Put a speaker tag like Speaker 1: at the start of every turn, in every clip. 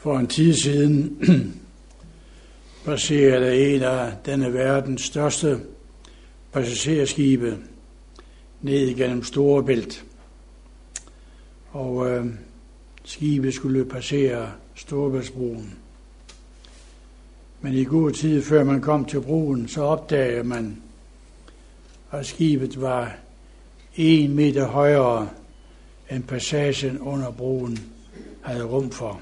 Speaker 1: For en tid siden passerede en af denne verdens største passagerskibe ned gennem Storebælt. Og skibet skulle passere Storebæltsbroen. Men i god tid, før man kom til broen, så opdagede man, at skibet var 1 meter højere, end passagen under broen havde rum for.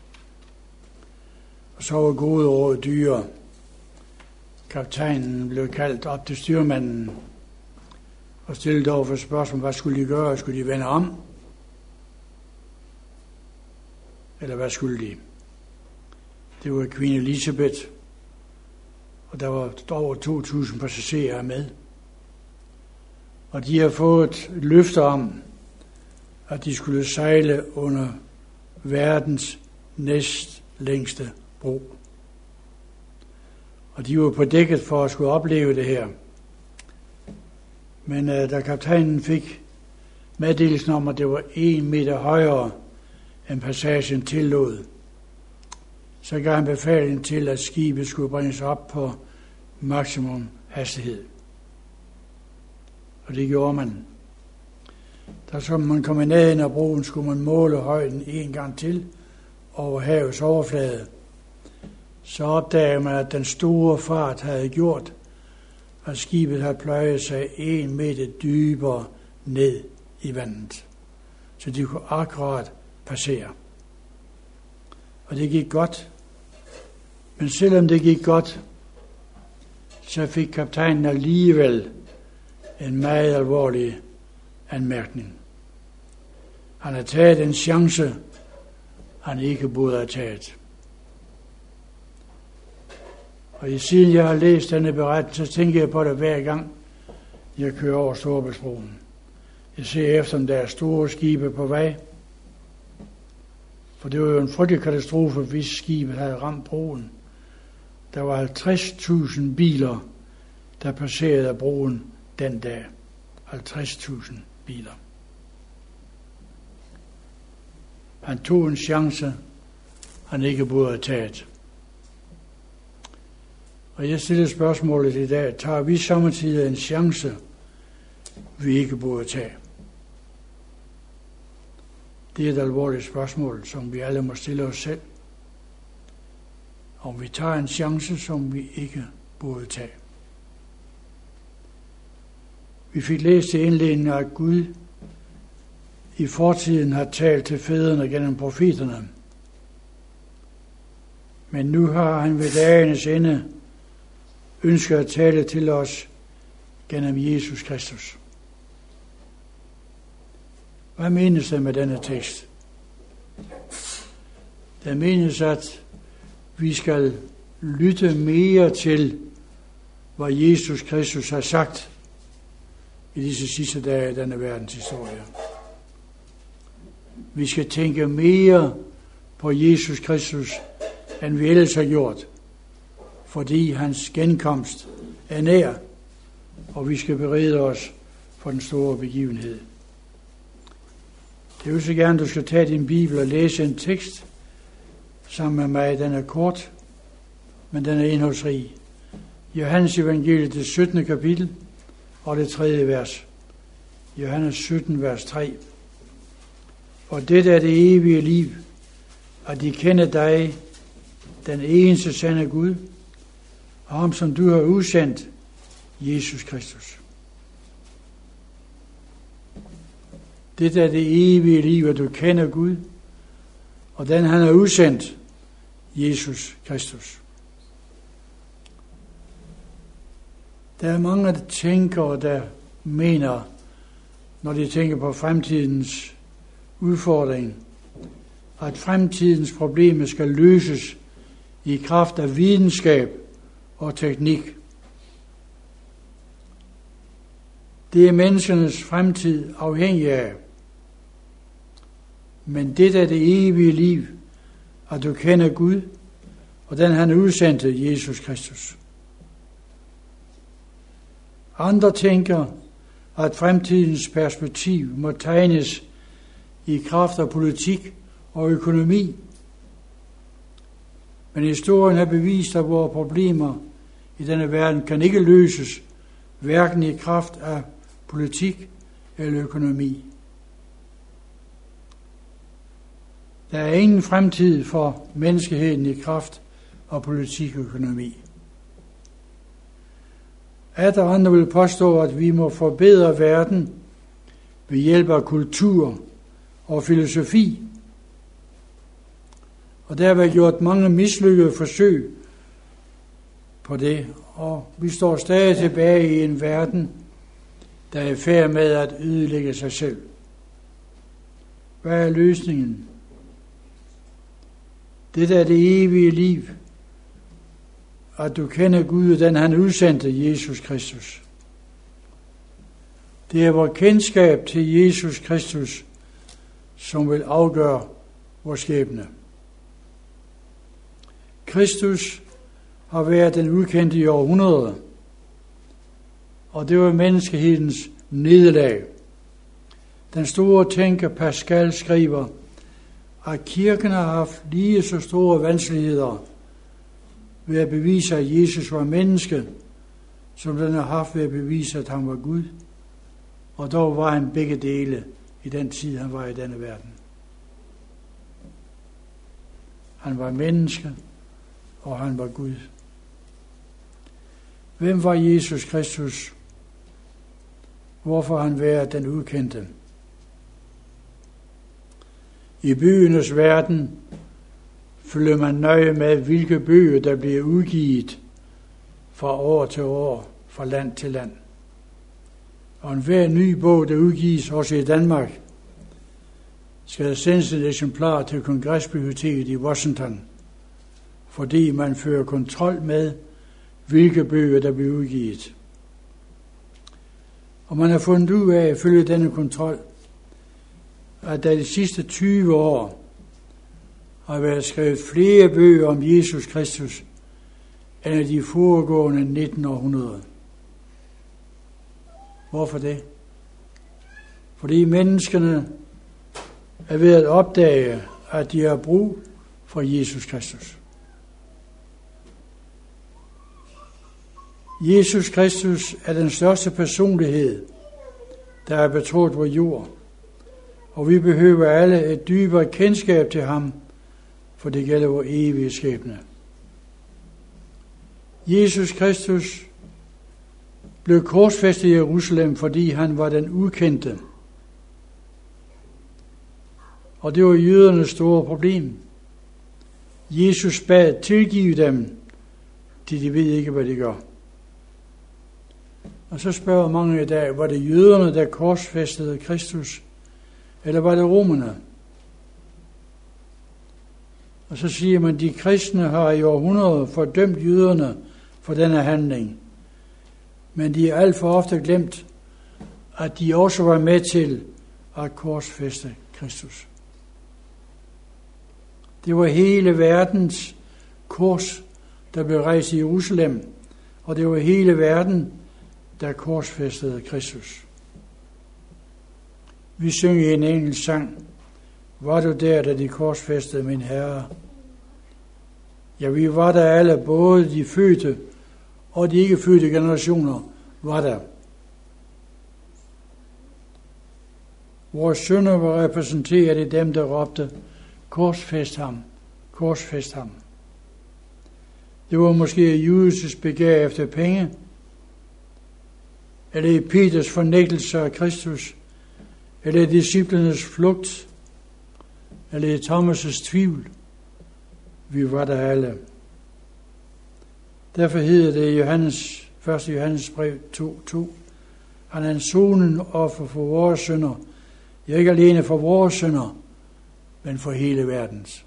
Speaker 1: Og så var gode råd dyre. Kaptajnen blev kaldt op til styrmanden og stillede over for spørgsmål, hvad skulle de gøre? Skulle de vende om? Eller hvad skulle de? Det var Queen Elizabeth, og der var over 2.000 passagerer med. Og de har fået et løfte om, at de skulle sejle under verdens næst længste bro. Og de var på dækket for at skulle opleve det her. Men da kaptajnen fik meddelelsen om, at det var 1 meter højere, end passagen tillod, så gav han befaling til, at skibet skulle bringes op på maksimum hastighed. Og det gjorde man. Da så man kom i nærheden af broen, skulle man måle højden en gang til over havets overflade. Så opdagede man, at den store fart havde gjort, at skibet havde pløjet sig 1 meter dybere ned i vandet. Så de kunne akkurat passere. Og det gik godt. Men selvom det gik godt, så fik kaptajnen alligevel en meget alvorlig anmærkning. Han har taget en chance, han ikke burde have taget. Og siden jeg har læst denne beretning, så tænker jeg på det hver gang, jeg kører over Storebæltsbroen. Jeg ser efter, om der er store skibe på vej. For det var jo en frygtelig katastrofe, hvis skibet havde ramt broen. Der var 50.000 biler, der passerede broen den dag. 50.000 biler. Han tog en chance, han ikke burde have taget. Og jeg stiller spørgsmålet i dag, tager vi samtidig en chance, vi ikke burde tage? Det er et alvorligt spørgsmål, som vi alle må stille os selv. Om vi tager en chance, som vi ikke burde tage. Vi fik læst i indledningen, at Gud i fortiden har talt til fædrene gennem profeterne. Men nu har han ved dagenes ende ønsket at tale til os gennem Jesus Kristus. Hvad menes der med denne tekst? Der menes, at vi skal lytte mere til, hvad Jesus Kristus har sagt i disse sidste dage af denne verdens historie. Vi skal tænke mere på Jesus Kristus, end vi ellers har gjort, fordi hans genkomst er nær, og vi skal berede os for den store begivenhed. Jeg vil så gerne, du skal tage din bibel og læse en tekst sammen med mig. Den er kort, men den er indholdsrig. Johannes evangeliet, det 17. kapitel og det 3. vers. Johannes 17, vers 3. Og dette er det evige liv, at de kender dig, den eneste sande Gud, og ham, som du har udsendt, Jesus Kristus. Dette er det evige liv, at du kender Gud, og den han har udsendt, Jesus Kristus. Der er mange, der tænker og der mener, når de tænker på fremtidens udfordring, at fremtidens problemer skal løses i kraft af videnskab og teknik. Det er menneskenes fremtid afhængig af. Men det er det evige liv, at du kender Gud, og den han udsendte, Jesus Kristus. Andre tænker, at fremtidens perspektiv må tegnes i kraft af politik og økonomi, Men historien har bevist, at vores problemer i denne verden kan ikke løses, hverken i kraft af politik eller økonomi. Der er ingen fremtid for menneskeheden i kraft af politik og økonomi. Atter andre vil påstå, at vi må forbedre verden ved hjælp af kultur og filosofi. Og der har været gjort mange mislykkede forsøg på det, og vi står stadig tilbage i en verden, der er i færd med at ødelægge sig selv. Hvad er løsningen? Det er det evige liv, at du kender Gud, den han udsendte, Jesus Kristus. Det er vores kendskab til Jesus Kristus, som vil afgøre vores skæbne. Kristus har været den ukendte i århundreder, og det var menneskehedens nederlag. Den store tænker Pascal skriver, at kirken har haft lige så store vanskeligheder ved at bevise, at Jesus var menneske, som den har haft ved at bevise, at han var Gud. Og dog var han begge dele i den tid, han var i denne verden. Han var menneske, og han var Gud. Hvem var Jesus Kristus? Hvorfor han været den ukendte? I bøgernes verden følger man nøje med, hvilke bøger, der bliver udgivet fra år til år, fra land til land. Og enhver ny bog, der udgives også i Danmark, skal sendes et eksemplar til Kongresbiblioteket i Washington, fordi man fører kontrol med, hvilke bøger, der bliver udgivet. Og man har fundet ud af, ifølge denne kontrol, at der de sidste 20 år har været skrevet flere bøger om Jesus Kristus, end de foregående 19 århundreder. Hvorfor det? Fordi menneskene er ved at opdage, at de har brug for Jesus Kristus. Jesus Kristus er den største personlighed, der er betrådt vor jord, og vi behøver alle et dybere kendskab til ham, for det gælder vor evige skæbne. Jesus Kristus blev korsfæstet i Jerusalem, fordi han var den ukendte. Og det var jødernes store problem. Jesus bad tilgive dem, de ved ikke, hvad de gør. Og så spørger mange i dag, var det jøderne, der korsfæstede Kristus, eller var det romerne? Og så siger man, at de kristne har i århundreder fordømt jøderne for denne handling. Men de er alt for ofte glemt, at de også var med til at korsfæste Kristus. Det var hele verdens kors, der blev rejst i Jerusalem, og det var hele verden, der korsfæstede Kristus. Vi synger i en engelsk sang, var du der, da de korsfæstede min Herre? Ja, vi var der alle, både de fødte og de ikke fødte generationer var der. Vores sønner var repræsenteret i dem, der råbte, korsfæst ham, korsfæst ham. Det var måske Judas' begær efter penge, eller i Peters fornægtelse af Kristus, eller i disciplernes flugt, eller i Thomas' tvivl. Vi var der alle. Derfor hedder det i 1. Johannes brev 2:2. Han er en sonen offer for vores synder. Ja, ikke alene for vores synder, men for hele verdens.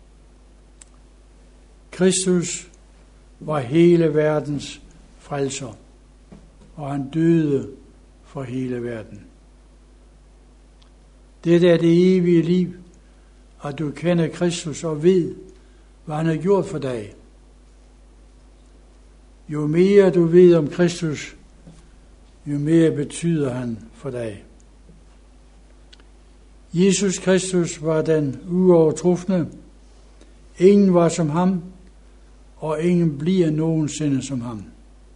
Speaker 1: Kristus var hele verdens frelser, og han døde for hele verden. Dette er det evige liv, at du kender Kristus og ved, hvad han har gjort for dig. Jo mere du ved om Kristus, jo mere betyder han for dig. Jesus Kristus var den uovertrufne. Ingen var som ham, og ingen bliver nogensinde som ham.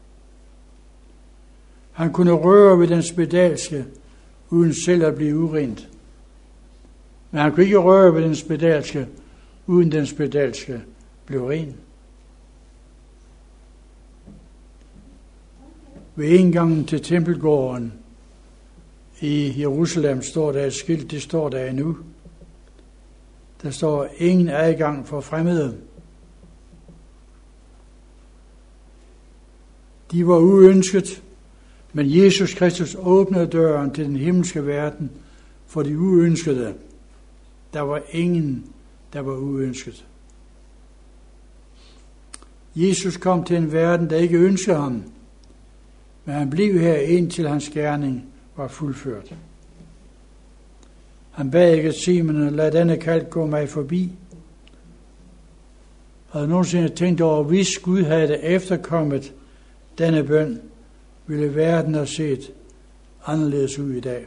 Speaker 1: Han kunne røre ved den spedalske, uden selv at blive urent. Men han kunne ikke røre ved den spedalske, uden den spedalske blev ren. Ved indgangen til tempelgården i Jerusalem står der et skilt, det står der endnu. Der står ingen adgang for fremmede. De var uønsket, men Jesus Kristus åbnede døren til den himmelske verden for de uønskede. Der var ingen, der var uønsket. Jesus kom til en verden, der ikke ønskede ham, men han blev her indtil hans gerning var fuldført. Han bad ikke Simon, lad denne kalk gå mig forbi. Havde nogensinde tænkt over, hvis Gud havde efterkommet denne bøn, ville verden have set anderledes ud i dag.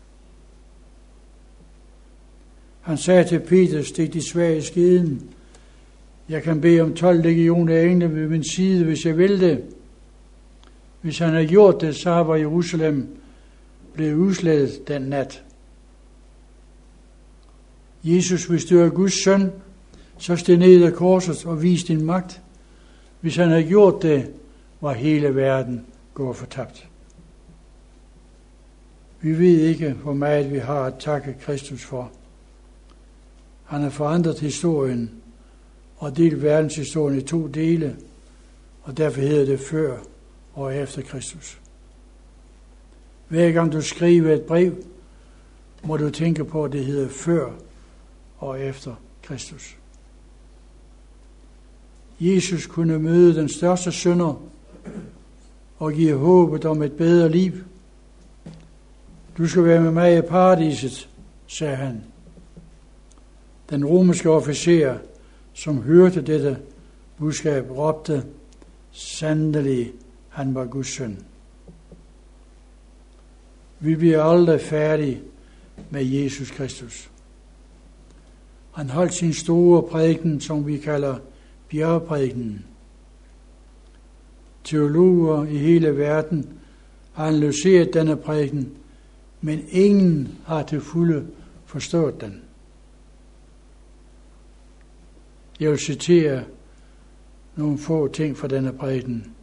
Speaker 1: Han sagde til Peter, stik de svage i skeden. Jeg kan bede om 12 legioner af engle ved min side, hvis jeg vil det. Hvis han havde gjort det, så var Jerusalem blevet udslettet den nat. Jesus, hvis du er Guds søn, så stig ned af korset og vis din magt. Hvis han havde gjort det, var hele verden gået fortabt. Vi ved ikke, hvor meget vi har at takke Kristus for. Han har forandret historien og delt verdenshistorien i 2 dele, og derfor hedder det før og efter Kristus. Hver gang du skriver et brev, må du tænke på, at det hedder før og efter Kristus. Jesus kunne møde den største synder og give håbet om et bedre liv. Du skal være med mig i paradiset, sagde han. Den romerske officer, som hørte dette budskab, råbte, sandelig, han var Guds søn. Vi bliver aldrig færdige med Jesus Kristus. Han holdt sin store prædiken, som vi kalder bjergprædikenen. Teologer i hele verden har analyseret denne prædiken, men ingen har til fulde forstået den. Jeg vil citere nogle få ting fra denne prædiken.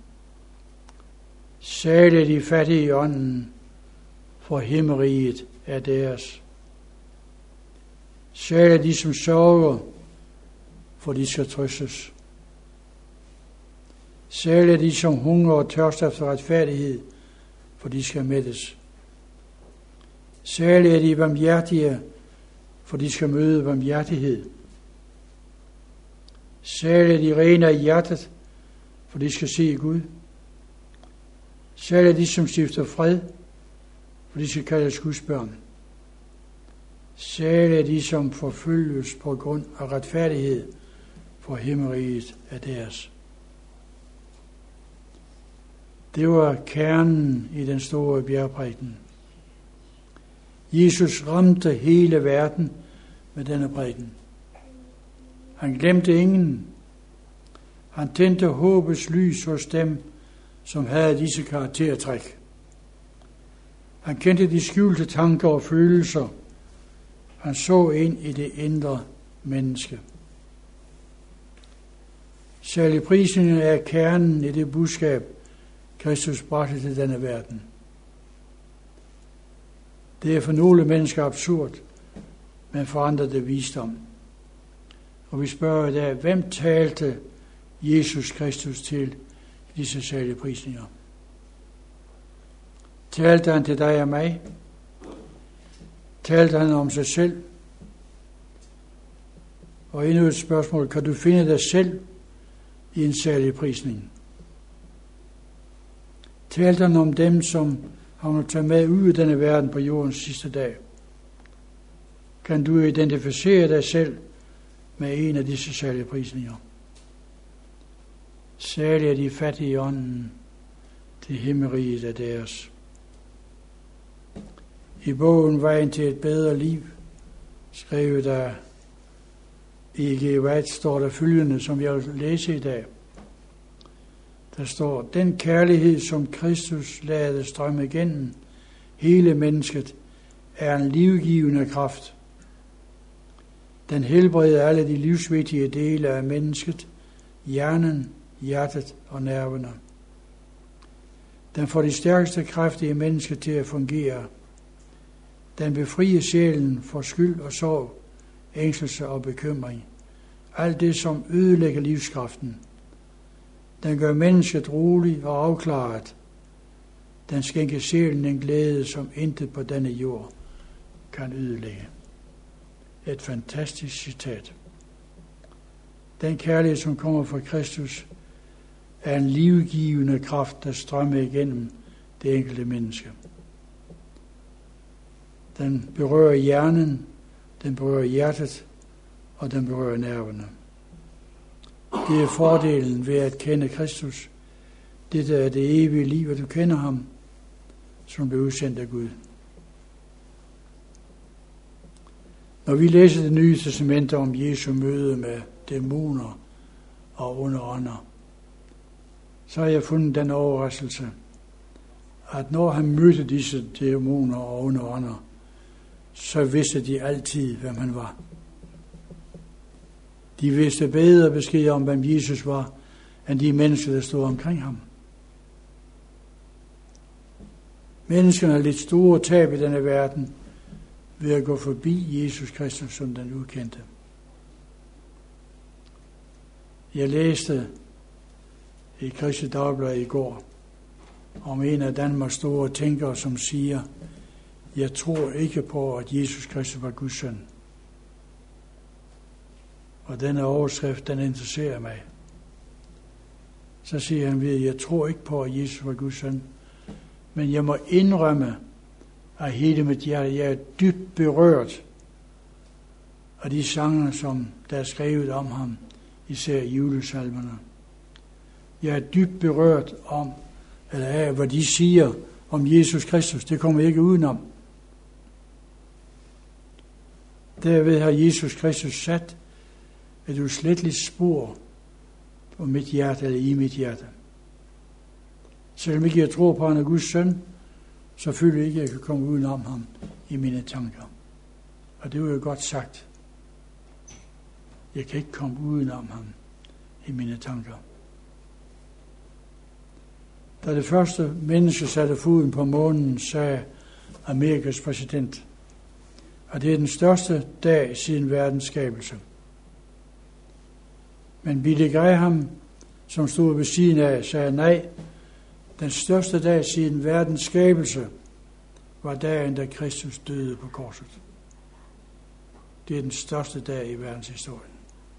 Speaker 1: Salige de fattige i ånden, for himmeriget er deres. Salige de som sørger, for de skal trøstes. Salige de som hungrer og tørster efter retfærdighed, for de skal mættes. Salige er de barmhjertige, for de skal møde barmhjertighed. Salige er de rene af hjertet, for de skal se Gud. Salige er de som stifter fred, for de skal kaldes Guds børn. Salige er de som forfølges på grund af retfærdighed, for himmeriget er deres. Det var kernen i den store bjergprædiken. Jesus ramte hele verden med denne prædiken. Han glemte ingen. Han tændte håbets lys hos dem, som havde disse karaktertræk. Han kendte de skjulte tanker og følelser. Han så ind i det indre menneske. Særlig prisningen er kernen i det budskab, Kristus bragte til denne verden. Det er for nogle mennesker absurd, men for andre det visdom. Og vi spørger i dag, hvem talte Jesus Kristus til disse særlige prisninger? Talte han til dig og mig? Talte han om sig selv? Og endnu et spørgsmål, kan du finde dig selv i en særlig prisning? Talte han om dem, som han vil tage med ud i denne verden på jordens sidste dag? Kan du identificere dig selv med en af disse særlige prisninger? Særlig er de fattige i ånden, til himmeriget er deres. I bogen Vejen til et bedre liv, skrevet af E.G. White, står der følgende, som jeg vil læse i dag. Der står, den kærlighed, som Kristus lader strømme igennem hele mennesket, er en livgivende kraft. Den helbreder alle de livsvigtige dele af mennesket, hjernen, hjertet og nerverne. Den får de stærkeste kræfter i mennesket til at fungere. Den befrier sjælen for skyld og sorg, ængstelse og bekymring. Alt det, som ødelægger livskraften. Den gør mennesket rolig og afklaret. Den skænker sjælen en glæde, som intet på denne jord kan ødelægge. Et fantastisk citat. Den kærlighed, som kommer fra Kristus, er en livgivende kraft, der strømmer igennem det enkelte menneske. Den berører hjernen, den berører hjertet, og den berører nerverne. Det er fordelen ved at kende Kristus. Dette er det evige liv, at du kender ham, som blev udsendt af Gud. Når vi læser det nye testamente om Jesu møde med dæmoner og onde ånder, så har jeg fundet den overraskelse, at når han mødte disse dæmoner og onde ånder, så vidste de altid, hvem han var. De vidste bedre besked om, hvem Jesus var, end de mennesker, der stod omkring ham. Menneskerne har lidt store tab i denne verden ved at gå forbi Jesus Kristus som den ukendte. Jeg læste i Kristi Dagblad i går om en af Danmarks store tænkere, som siger, jeg tror ikke på, at Jesus Kristus var Guds søn. Og denne overskrift, den interesserer mig. Så siger han videre, jeg tror ikke på, at Jesus var Guds søn, men jeg må indrømme af hele mit hjerte, jeg er dybt berørt af de sange, som der er skrevet om ham, især julesalmerne. Jeg er dybt berørt af, hvad de siger om Jesus Kristus. Det kommer jeg ikke udenom. Derved har Jesus Kristus sat et usletteligt spor på mit hjerte, eller i mit hjerte. Selvom ikke jeg tror på, at han er Guds søn, så føler jeg ikke, at jeg kan komme udenom ham i mine tanker. Og det er jo godt sagt. Jeg kan ikke komme udenom ham i mine tanker. Da det første menneske satte foden på månen, sagde Amerikas præsident, at det er den største dag siden verdens skabelse. Men Billy Graham, som stod ved siden af, sagde nej. Den største dag siden verdens skabelse var dagen, da Kristus døde på korset. Det er den største dag i verdenshistorien.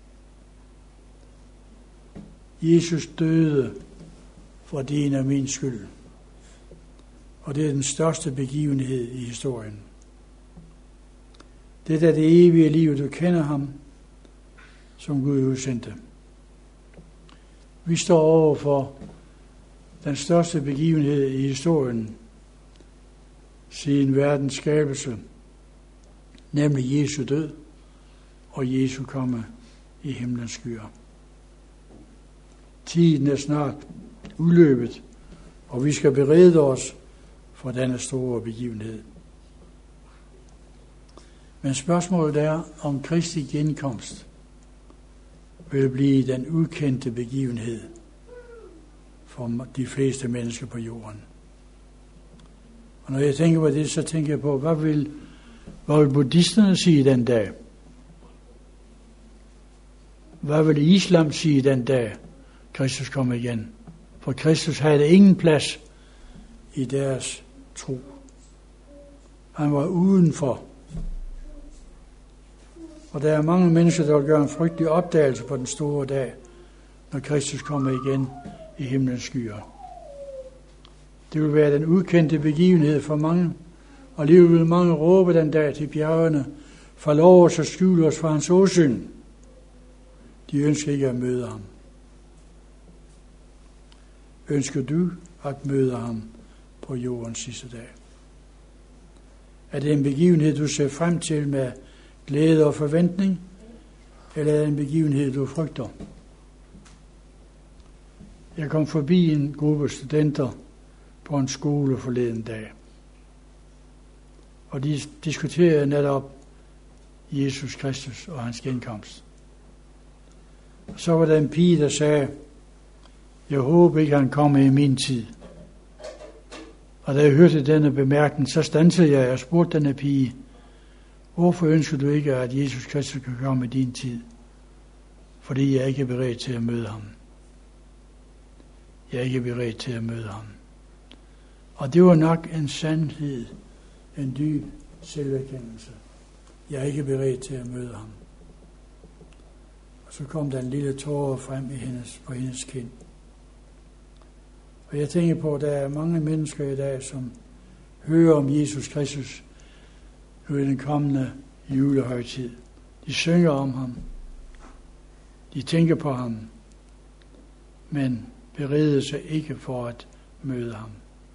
Speaker 1: Jesus døde for din og min skyld. Og det er den største begivenhed i historien. Det er det evige liv, du kender ham, som Gud udsendte. Vi står over for den største begivenhed i historien siden verdens skabelse, nemlig Jesu død og Jesu komme i himlens skyer. Tiden er snart udløbet, og vi skal berede os for denne store begivenhed. Men spørgsmålet er, om Kristi genkomst vil blive den ukendte begivenhed for de fleste mennesker på jorden. Og når jeg tænker på det, så tænker jeg på, hvad vil buddhisterne sige den dag? Hvad vil islam sige den dag, Kristus kommer igen? For Kristus havde ingen plads i deres tro. Han var udenfor. Og der er mange mennesker, der vil gøre en frygtelig opdagelse på den store dag, når Kristus kommer igen i himlens skyer. Det vil være den ukendte begivenhed for mange, og livet vil mange råbe den dag til bjergene, forlov os og skjul os for hans åsyn. De ønsker ikke at møde ham. Ønsker du at møde ham på jordens sidste dag? Er det en begivenhed, du ser frem til med glæde og forventning, eller er det en begivenhed, du frygter? Jeg kom forbi en gruppe studenter på en skole forleden dag, og de diskuterede netop Jesus Kristus og hans genkomst. Og så var der en pige, der sagde, jeg håber ikke, han kommer i min tid. Og da jeg hørte denne bemærkning, så standsede jeg og spurgte denne pige, hvorfor ønsker du ikke, at Jesus Kristus kan komme i din tid? Fordi jeg ikke er beredt til at møde ham. Jeg er ikke beredt til at møde ham. Og det var nok en sandhed, en dyb selverkendelse. Jeg er ikke beredt til at møde ham. Og så kom der en lille tåre frem på hendes kind. Og jeg tænker på, at der er mange mennesker i dag, som hører om Jesus Kristus i den kommende julehøjtid. De synger om ham. De tænker på ham. Men bereder sig ikke for at møde ham.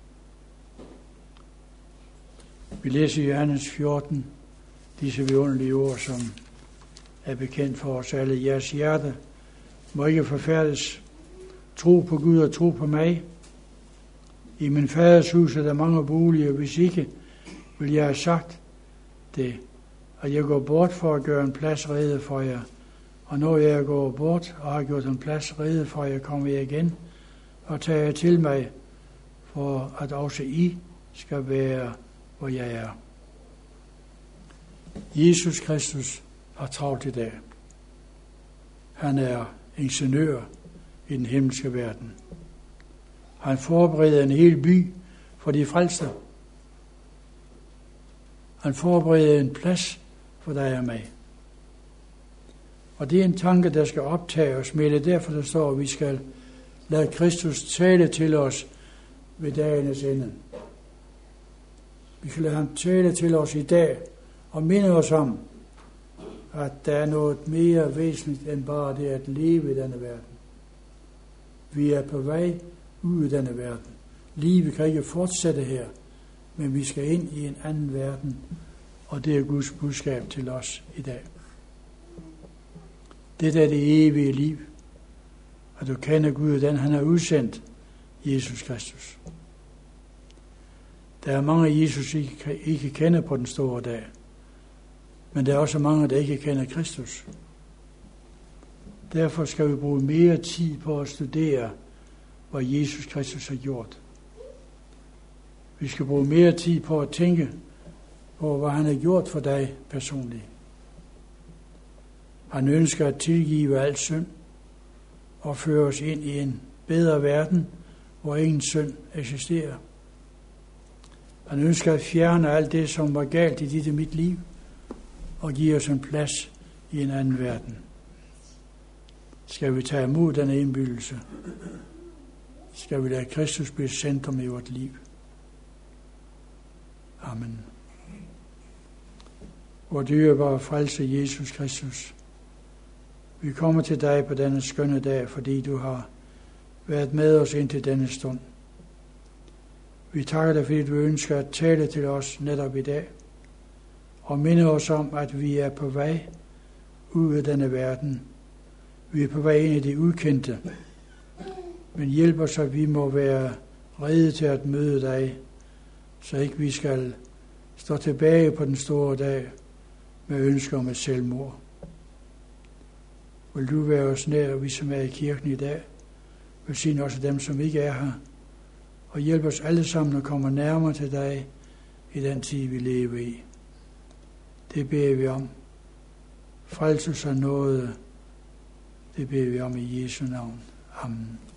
Speaker 1: Vi læser i Johannes 14 disse vidunderlige ord, som er bekendt for os alle. Jeres hjerte må ikke forfærdes. Tro på Gud og tro på mig. I min faders hus er der mange boliger. Hvis ikke, vil jeg have sagt det, at jeg går bort for at gøre en plads rede for jer. Og når jeg går bort og har gjort en plads rede for jer, kommer jeg igen og tager jeg til mig, for at også I skal være, hvor jeg er. Jesus Kristus har travlt i dag. Han er ingeniør i den himmelske verden. Han forbereder en hel by for de frelste. Han forbereder en plads for dig og mig. Og det er en tanke, der skal optage os med. Det er derfor, der står, at vi skal lade Kristus tale til os ved dagenes ende. Vi skal lade ham tale til os i dag og minde os om, at der er noget mere væsentligt end bare det at leve i denne verden. Vi er på vej ud i denne verden. Livet kan ikke fortsætte her, men vi skal ind i en anden verden, og det er Guds budskab til os i dag. Det er det evige liv, at du kender Gud, den han har udsendt, Jesus Kristus. Der er mange, Jesus ikke kender på den store dag, men der er også mange, der ikke kender Kristus. Derfor skal vi bruge mere tid på at studere, hvad Jesus Kristus har gjort. Vi skal bruge mere tid på at tænke på, hvad han har gjort for dig personligt. Han ønsker at tilgive al synd og føre os ind i en bedre verden, hvor ingen synd eksisterer. Han ønsker at fjerne alt det, som var galt i dit og mit liv, og give os en plads i en anden verden. Skal vi tage imod denne indbydelse? Skal vi lade Kristus blive centrum i vort liv? Amen. Vor dyrebare frelse Jesus Kristus, vi kommer til dig på denne skønne dag, fordi du har været med os indtil denne stund. Vi takker dig, fordi du ønsker at tale til os netop i dag, og minde os om, at vi er på vej ud af denne verden. Vi er på vej ind i det ukendte, men hjælp os, at vi må være rede til at møde dig, så ikke vi skal stå tilbage på den store dag med ønsker om et selvmord. Vil du være os nær, vi som er i kirken i dag, velsign også dem, som ikke er her, og hjælp os alle sammen at komme nærmere til dig i den tid, vi lever i. Det beder vi om. Frelses og nåde, det beder vi om i Jesu navn. Amen.